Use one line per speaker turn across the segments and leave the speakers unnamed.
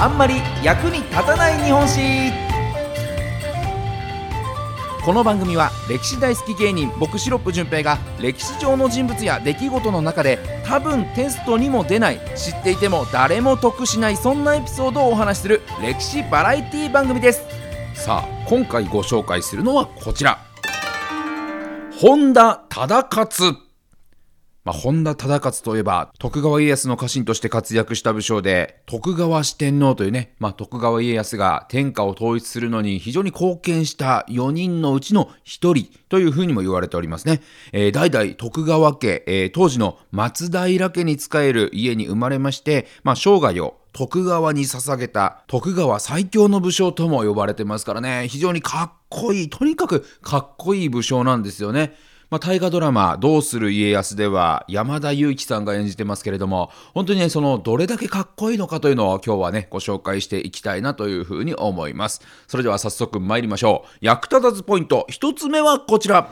あんまり役に立たない日本史。この番組は歴史大好き芸人僕シロップ純平が歴史上の人物や出来事の中で多分テストにも出ない、知っていても誰も得しない、そんなエピソードをお話しする歴史バラエティ番組です。さあ今回ご紹介するのはこちら、本田忠勝。本田忠勝といえば徳川家康の家臣として活躍した武将で、徳川四天王というね、徳川家康が天下を統一するのに非常に貢献した4人のうちの1人というふうにも言われておりますね。代々徳川家、当時の松平家に仕える家に生まれまして、生涯を徳川に捧げた徳川最強の武将とも呼ばれてますからね、非常にかっこいい、とにかくかっこいい武将なんですよね。大河ドラマどうする家康では山田裕貴さんが演じてますけれども、本当にね、そのどれだけかっこいいのかというのを今日はねご紹介していきたいなというふうに思います。それでは早速参りましょう。役立たずポイント1つ目はこちら、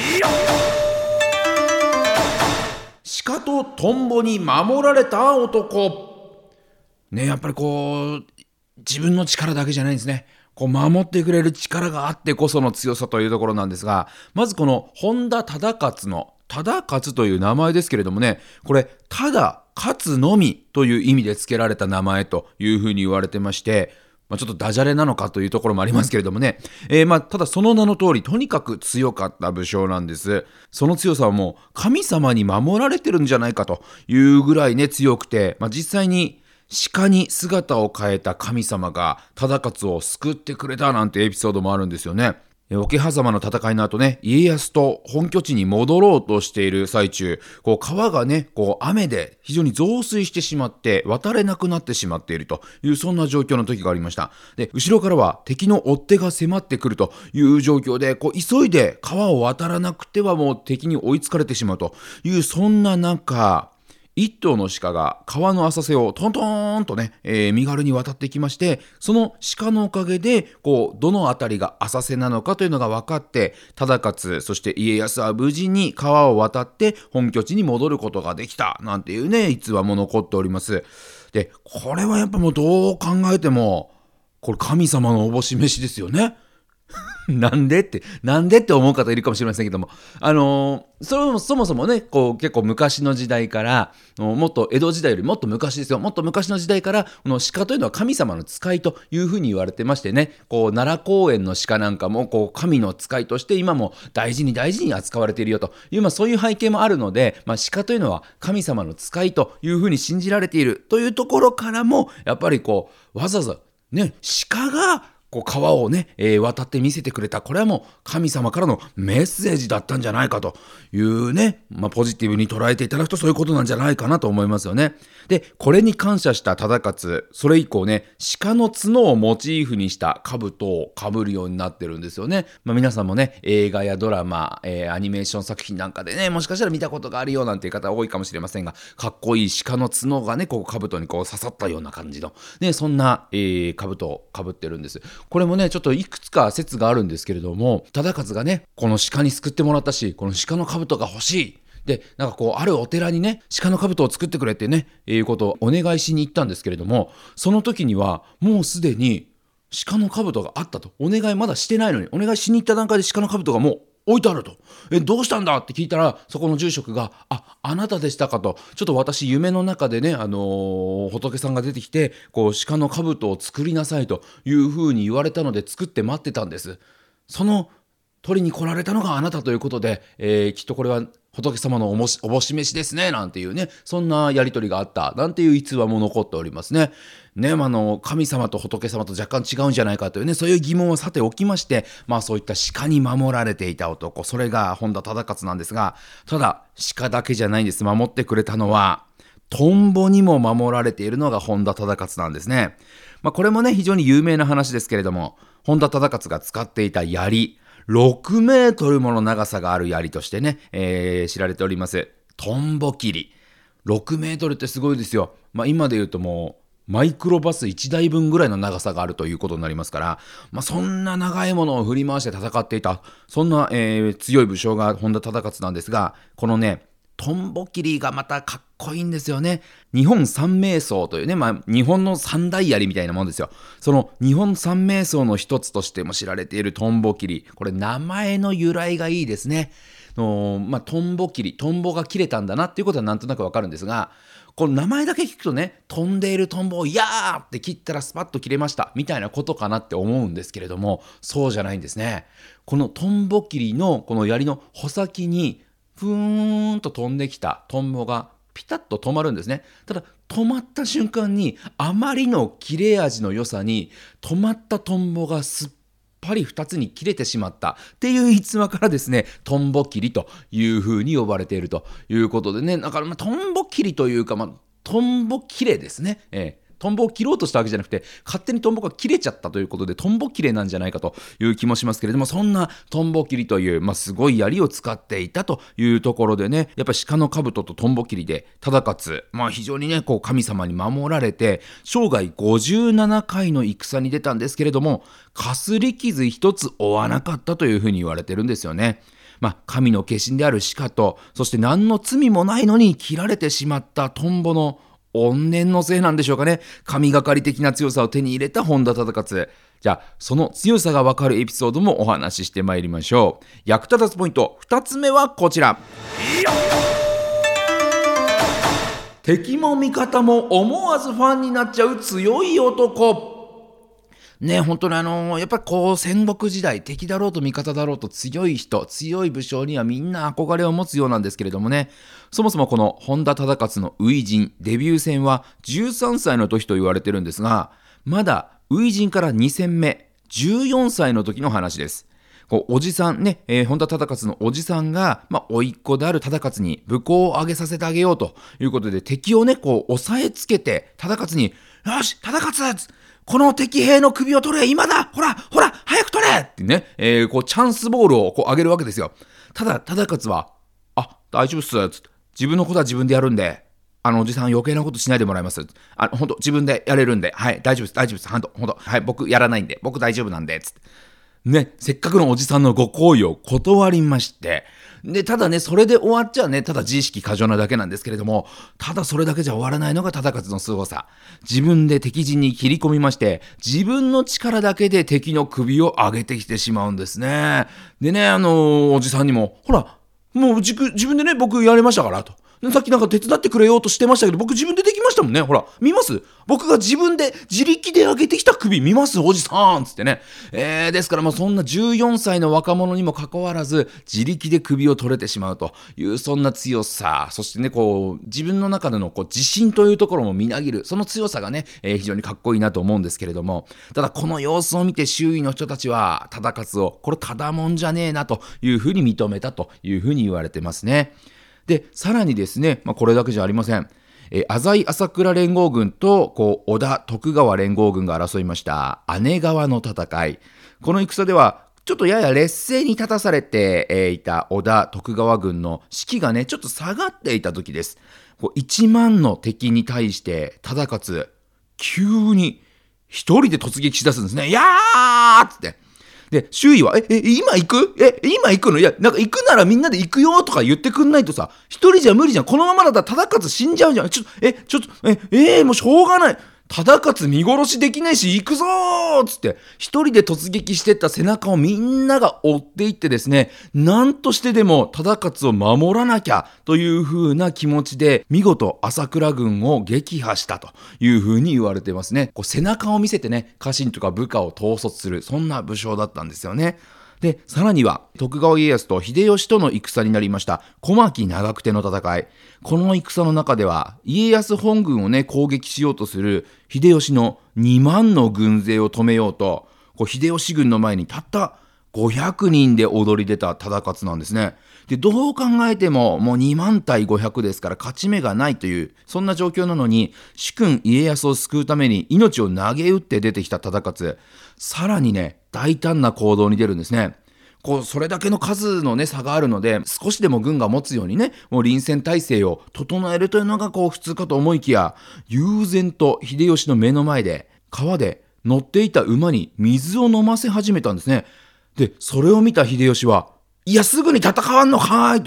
鹿とトンボに守られた男ね。やっぱり自分の力だけじゃないんですね。守ってくれる力があってこその強さというところなんですが、まずこの本田忠勝の忠勝という名前ですけれどもね、これただ勝つのみという意味で付けられた名前というふうに言われてまして、ちょっとダジャレなのかというところもありますけれどもね、ただその名の通りとにかく強かった武将なんです。その強さはもう神様に守られてるんじゃないかというぐらいね強くて、実際に鹿に姿を変えた神様が忠勝を救ってくれたなんてエピソードもあるんですよね。桶狭間の戦いの後ね、家康と本拠地に戻ろうとしている最中、川がね雨で非常に増水してしまって渡れなくなってしまっているという、そんな状況の時がありました。で、後ろからは敵の追っ手が迫ってくるという状況で、急いで川を渡らなくてはもう敵に追いつかれてしまうという、そんな中一頭の鹿が川の浅瀬をトントーンとね、身軽に渡ってきまして、その鹿のおかげでどの辺りが浅瀬なのかというのが分かって、忠勝そして家康は無事に川を渡って本拠地に戻ることができたなんていうね逸話も残っております。で、これはやっぱもうどう考えてもこれ神様のおぼし飯ですよね。なんでって思う方いるかもしれませんけども、そもそもね結構昔の時代から、もっと江戸時代よりもっと昔ですよ、もっと昔の時代からこの鹿というのは神様の使いというふうに言われてましてね、奈良公園の鹿なんかも神の使いとして今も大事に扱われているよという、そういう背景もあるので、鹿というのは神様の使いというふうに信じられているというところからも、やっぱりわざわざね鹿が川をね、渡って見せてくれた、これはもう神様からのメッセージだったんじゃないかというね、ポジティブに捉えていただくとそういうことなんじゃないかなと思いますよね。で、これに感謝した忠勝、それ以降ね鹿の角をモチーフにした兜をかぶるようになってるんですよね。皆さんもね映画やドラマ、アニメーション作品なんかでねもしかしたら見たことがあるよなんていう方多いかもしれませんが、かっこいい鹿の角がね兜に刺さったような感じのね、そんな、兜をかぶってるんです。これもねちょっといくつか説があるんですけれども、忠勝がねこの鹿に救ってもらったし、この鹿の兜が欲しいで、あるお寺にね鹿の兜を作ってくれってねいうことをお願いしに行ったんですけれども、その時にはもうすでに鹿の兜があったと。お願いまだしてないのに、お願いしに行った段階で鹿の兜がもう置いてあると。どうしたんだって聞いたら、そこの住職があなたでしたかと。ちょっと私夢の中でね、仏さんが出てきて鹿の兜を作りなさいというふうに言われたので作って待ってたんです。その取りに来られたのがあなたということで、きっとこれは仏様のおぼし飯ですねなんていうね、そんなやり取りがあったなんていう逸話も残っておりますね。神様と仏様と若干違うんじゃないかというね、そういう疑問はさておきまして、そういった鹿に守られていた男、それが本田忠勝なんですが、ただ鹿だけじゃないんです。守ってくれたのはトンボにも守られているのが本田忠勝なんですね。これもね非常に有名な話ですけれども、本田忠勝が使っていた槍、6メートルもの長さがある槍としてね、知られておりますトンボ切り。6メートルってすごいですよ。今で言うともうマイクロバス1台分ぐらいの長さがあるということになりますから、そんな長いものを振り回して戦っていた、そんな、強い武将が本田忠勝なんですが、このねトンボ切がまたかっこいいんですよね。日本三名奏というね、日本の三大槍みたいなもんですよ。その日本三名奏の一つとしても知られているトンボ切。これ名前の由来がいいですね。トンボ切、トンボが切れたんだなっていうことはなんとなくわかるんですが、この名前だけ聞くとね、飛んでいるトンボをやーって切ったらスパッと切れましたみたいなことかなって思うんですけれども、そうじゃないんですね。このトンボ切のこの槍の穂先にふーんと飛んできたトンボがピタッと止まるんですね。ただ止まった瞬間にあまりの切れ味の良さに止まったトンボがすっぱり2つに切れてしまったっていう逸話からですね、トンボ切という風に呼ばれているということでね、だからトンボ切というか、トンボ切れですね。トンボを切ろうとしたわけじゃなくて、勝手にトンボが切れちゃったということで、トンボ切れなんじゃないかという気もしますけれども、そんなトンボ切という、すごい槍を使っていたというところでね、やっぱり鹿の兜とトンボ切で忠勝、非常にね、神様に守られて、生涯57回の戦に出たんですけれども、かすり傷一つ負わなかったというふうに言われてるんですよね。神の化身である鹿と、そして何の罪もないのに切られてしまったトンボの怨念のせいなんでしょうかね。神がかり的な強さを手に入れた本田忠勝。じゃあその強さがわかるエピソードもお話ししてまいりましょう。役立たずポイント2つ目はこちら。敵も味方も思わずファンになっちゃう強い男。ね、本当にやっぱり戦国時代、敵だろうと味方だろうと強い人、強い武将にはみんな憧れを持つようなんですけれどもね、そもそもこの本田忠勝の初陣デビュー戦は13歳の時と言われてるんですが、まだ初陣から2戦目、14歳の時の話です。おじさんね、本田忠勝のおじさんが、甥っ子である忠勝に武功を上げさせてあげようということで、敵をね、押さえつけて、忠勝に、よし、忠勝この敵兵の首を取れ今だほら早く取れってね、チャンスボールを上げるわけですよ。ただ忠勝は、大丈夫っすつって、自分のことは自分でやるんで、おじさん余計なことしないでもらいます。本当自分でやれるんで、はい、大丈夫です。本当はい、僕やらないんで、僕大丈夫なんで、つって。ね、せっかくのおじさんのご好意を断りまして、で、ただね、それで終わっちゃね、ただ自意識過剰なだけなんですけれども、ただそれだけじゃ終わらないのが忠勝の凄さ。自分で敵陣に切り込みまして、自分の力だけで敵の首を上げてきてしまうんですね。でね、おじさんにも、ほら、もう自分でね、僕やれましたから、と。さっきなんか手伝ってくれようとしてましたけど、僕自分でできましたもんね。ほら、見ます僕が自力で上げてきた首見ますおじさんつってね。ですからそんな14歳の若者にもかかわらず、自力で首を取れてしまうという、そんな強さ。そしてね、自分の中での自信というところもみなぎる。その強さがね、非常にかっこいいなと思うんですけれども、ただこの様子を見て周囲の人たちは、忠勝を、これただもんじゃねえなというふうに認めたというふうに言われてますね。で、さらにですね、これだけじゃありません。浅井朝倉連合軍と織田徳川連合軍が争いました姉川の戦い。この戦ではちょっとやや劣勢に立たされていた織田徳川軍の士気がねちょっと下がっていた時です。1万の敵に対して忠勝急に一人で突撃しだすんですね。やーっつって。で、周囲は、今行くのいや、なんか行くならみんなで行くよとか言ってくんないとさ、一人じゃ無理じゃん。このままだったら忠勝死んじゃうじゃん。もうしょうがない。忠勝見殺しできないし行くぞーっつって一人で突撃してった背中をみんなが追っていってですね、何としてでも忠勝を守らなきゃという風な気持ちで見事朝倉軍を撃破したという風に言われてますね。背中を見せてね、家臣とか部下を統率する、そんな武将だったんですよね。で、さらには徳川家康と秀吉との戦になりました小牧長久手の戦い。この戦の中では家康本軍をね攻撃しようとする秀吉の2万の軍勢を止めようと、秀吉軍の前にたった500人で踊り出た忠勝なんですね。で、どう考えてももう2万対500ですから勝ち目がないという、そんな状況なのに主君家康を救うために命を投げ打って出てきた忠勝、さらにね大胆な行動に出るんですね。それだけの数のね差があるので、少しでも軍が持つようにね、もう臨戦態勢を整えるというのが普通かと思いきや、悠然と秀吉の目の前で川で乗っていた馬に水を飲ませ始めたんですね。で、それを見た秀吉は、いやすぐに戦わんのかーいと。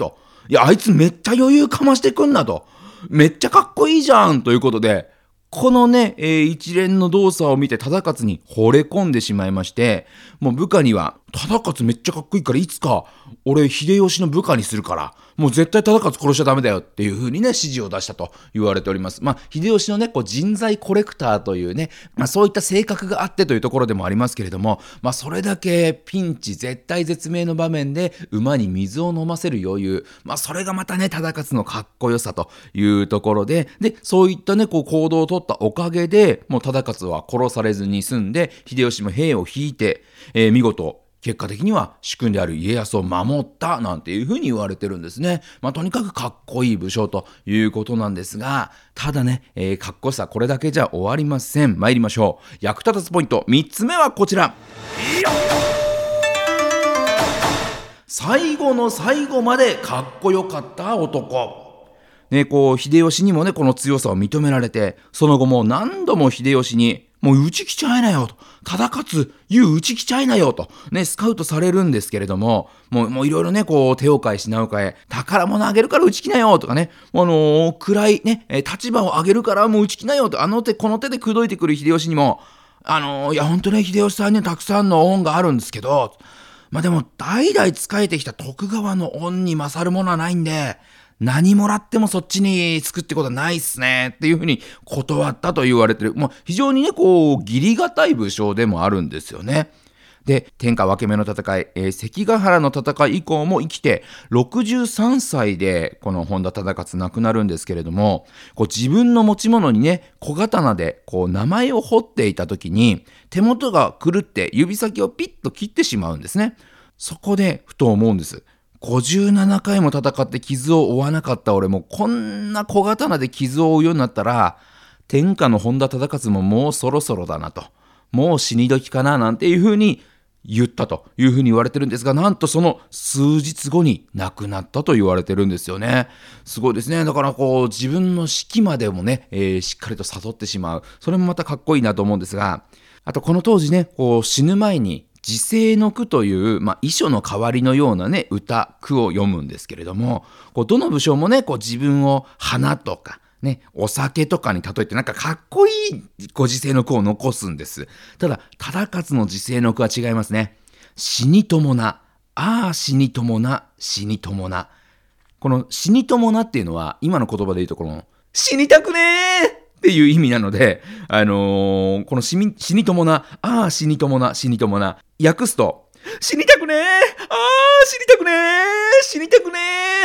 いや、あいつめっちゃ余裕かましてくんなと。めっちゃかっこいいじゃんということで、このね、一連の動作を見て忠勝に惚れ込んでしまいまして、もう部下には、忠勝めっちゃかっこいいからいつか俺秀吉の部下にするから、もう絶対忠勝殺しちゃダメだよっていう風にね、指示を出したと言われております。秀吉のね、こう人材コレクターというね、そういった性格があってというところでもありますけれども、それだけピンチ絶対絶命の場面で馬に水を飲ませる余裕、それがまたね、忠勝のかっこよさというところで、そういったね、こう行動を取ったおかげで、もう忠勝は殺されずに済んで、秀吉も兵を引いて、見事結果的には主君である家康を守ったなんていうふうに言われてるんですね。とにかくかっこいい武将ということなんですが、ただね、かっこよさこれだけじゃ終わりません。参りましょう。役立たずポイント3つ目はこちら。最後の最後までかっこよかった男。こう秀吉にもね、この強さを認められて、その後も何度も秀吉にもう打ち来ちゃいなよと、忠勝打ち来ちゃいなよとね、スカウトされるんですけれども、もういろいろね、こう手を変え品を変え、宝物あげるから打ち来なよとかね、暗いね、立場を上げるからもう打ち来なよと、この手で口説いてくる秀吉にも、いや本当ね、秀吉さんにはたくさんの恩があるんですけど、でも代々仕えてきた徳川の恩に勝るものはないんで、何もらってもそっちにつくってことはないっすねっていうふうに断ったと言われてる、非常にね、こう義理堅い武将でもあるんですよね。で、天下分け目の戦い、関ヶ原の戦い以降も生きて63歳でこの本田忠勝亡くなるんですけれども、こう自分の持ち物にね、小刀でこう名前を彫っていた時に手元が狂って指先をピッと切ってしまうんですね。そこでふと思うんです。57回も戦って傷を負わなかった俺も、こんな小刀で傷を負うようになったら、天下の本田忠勝ももうそろそろだなと、もう死に時かななんていうふうに言ったというふうに言われてるんですが、なんとその数日後に亡くなったと言われてるんですよね。すごいですね。だからこう自分の死期までもね、しっかりと悟ってしまう、それもまたかっこいいなと思うんですが、あとこの当時ね、こう死ぬ前に辞世の句という、遺書の代わりのようなね、句を読むんですけれども、こうどの武将もね、こう自分を花とかね、お酒とかに例えてなんかかっこいいご辞世の句を残すんです。ただ忠勝の辞世の句は違いますね。死にともな、ああ死にともな、死にともな。この死にともなっていうのは今の言葉で言うとこの死にたくねーっていう意味なので、この死にともな、ああ死にともな、死にともな、訳すと死にたくねー、ああ死にたくねー、死にたくね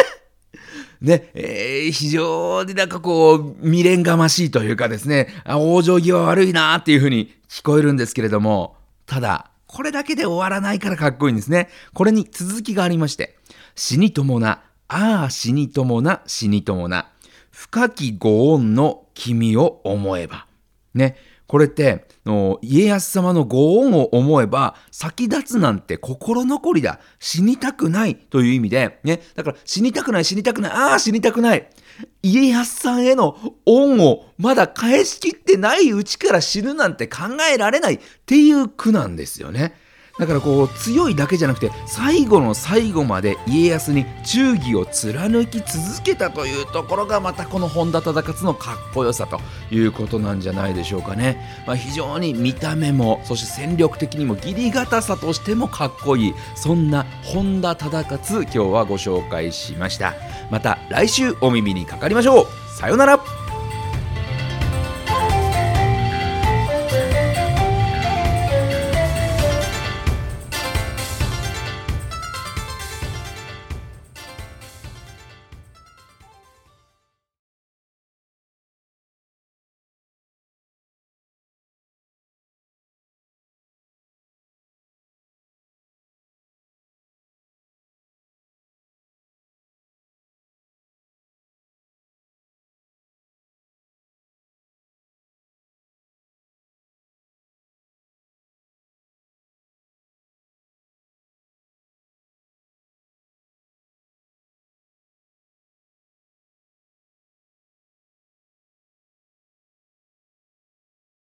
ーね、非常になんかこう未練がましいというかですね、往生際悪いなっていう風に聞こえるんですけれども、ただこれだけで終わらないからかっこいいんですね。これに続きがありまして、死にともな、ああ死にともな、死にともな、深きご恩の君を思えばね、これって家康様のご恩を思えば先立つなんて心残りだ、死にたくないという意味でね、だから死にたくない、死にたくない、ああ死にたくない、家康さんへの恩をまだ返しきってないうちから死ぬなんて考えられないっていう句なんですよね。だからこう強いだけじゃなくて最後の最後まで家康に忠義を貫き続けたというところがまたこの本田忠勝のかっこよさということなんじゃないでしょうかね。非常に見た目もそして戦力的にも義理堅さとしてもかっこいい、そんな本田忠勝今日はご紹介しました。また来週お耳にかかりましょう。さようなら。